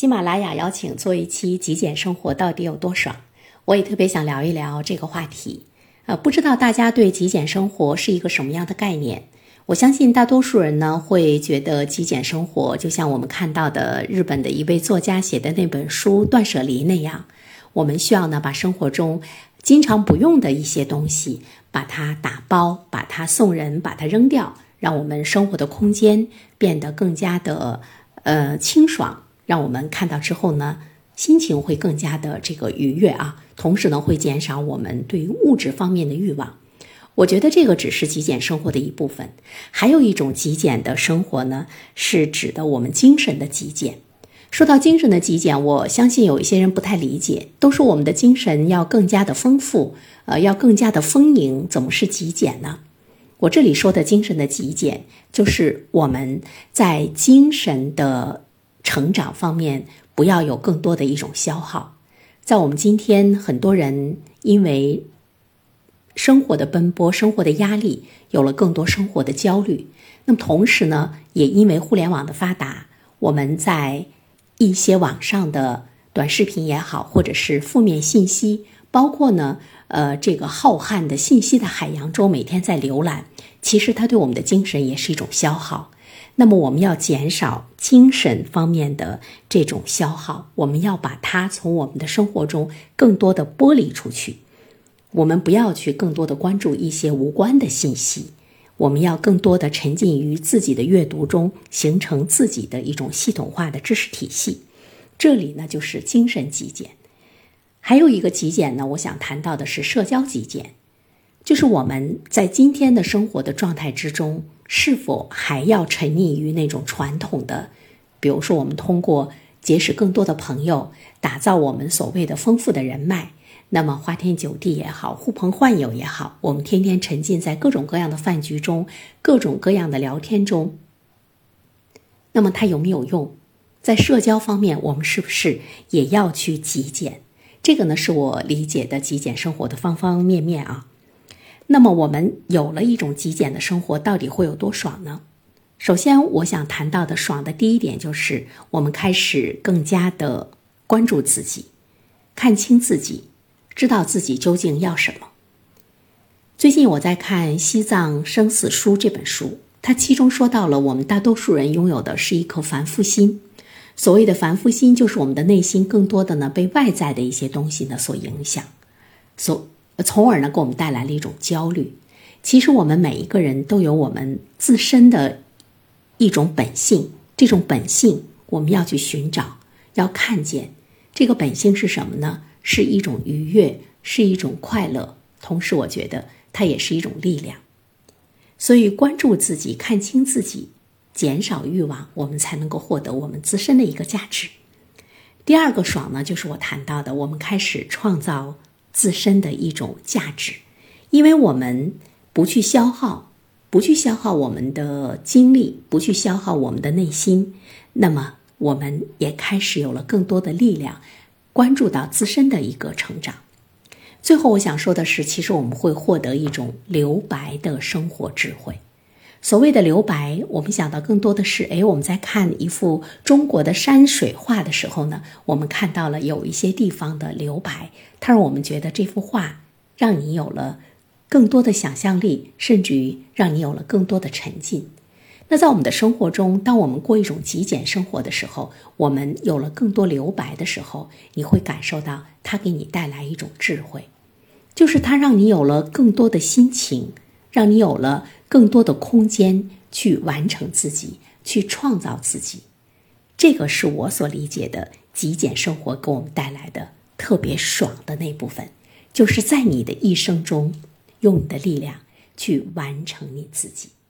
喜马拉雅邀请做一期极简生活到底有多爽，我也特别想聊一聊这个话题。不知道大家对极简生活是一个什么样的概念？我相信大多数人呢会觉得极简生活就像我们看到的日本的一位作家写的那本书《断舍离》那样，我们需要呢把生活中经常不用的一些东西把它打包，把它送人，把它扔掉，让我们生活的空间变得更加的清爽，让我们看到之后呢心情会更加的愉悦啊，同时呢会减少我们对于物质方面的欲望。我觉得这个只是极简生活的一部分，还有一种极简的生活呢是指的我们精神的极简。说到精神的极简，我相信有一些人不太理解，都说我们的精神要更加的丰富，要更加的丰盈，怎么是极简呢？我这里说的精神的极简，就是我们在精神的成长方面不要有更多的一种消耗。在我们今天，很多人因为生活的奔波，生活的压力，有了更多生活的焦虑。那么同时呢，也因为互联网的发达，我们在一些网上的短视频也好，或者是负面信息，包括呢这个浩瀚的信息的海洋中每天在浏览，其实它对我们的精神也是一种消耗。那么我们要减少精神方面的这种消耗，我们要把它从我们的生活中更多的剥离出去。我们不要去更多的关注一些无关的信息，我们要更多的沉浸于自己的阅读中，形成自己的一种系统化的知识体系。这里呢就是精神极简。还有一个极简呢，我想谈到的是社交极简，就是我们在今天的生活的状态之中，是否还要沉溺于那种传统的，比如说我们通过结识更多的朋友，打造我们所谓的丰富的人脉，那么花天酒地也好，呼朋唤友也好，我们天天沉浸在各种各样的饭局中，各种各样的聊天中，那么它有没有用？在社交方面，我们是不是也要去极简？这个呢是我理解的极简生活的方方面面啊。那么我们有了一种极简的生活，到底会有多爽呢？首先我想谈到的爽的第一点，就是我们开始更加的关注自己，看清自己，知道自己究竟要什么。最近我在看《西藏生死书》这本书，它其中说到了我们大多数人拥有的是一颗凡夫心。所谓的凡夫心，就是我们的内心更多的呢被外在的一些东西呢所影响，从而呢给我们带来了一种焦虑。其实我们每一个人都有我们自身的一种本性，这种本性我们要去寻找，要看见。这个本性是什么呢？是一种愉悦，是一种快乐，同时我觉得它也是一种力量。所以关注自己，看清自己，减少欲望，我们才能够获得我们自身的一个价值。第二个爽呢，就是我谈到的，我们开始创造自身的一种价值。因为我们不去消耗我们的精力，不去消耗我们的内心，那么我们也开始有了更多的力量，关注到自身的一个成长。最后我想说的是，其实我们会获得一种留白的生活智慧。所谓的留白，我们想到更多的是，我们在看一幅中国的山水画的时候呢，我们看到了有一些地方的留白，它让我们觉得这幅画让你有了更多的想象力，甚至于让你有了更多的沉浸。那在我们的生活中，当我们过一种极简生活的时候，我们有了更多留白的时候，你会感受到它给你带来一种智慧，就是它让你有了更多的心情，让你有了更多的空间去完成自己，去创造自己。这个是我所理解的极简生活给我们带来的特别爽的那部分，就是在你的一生中用你的力量去完成你自己。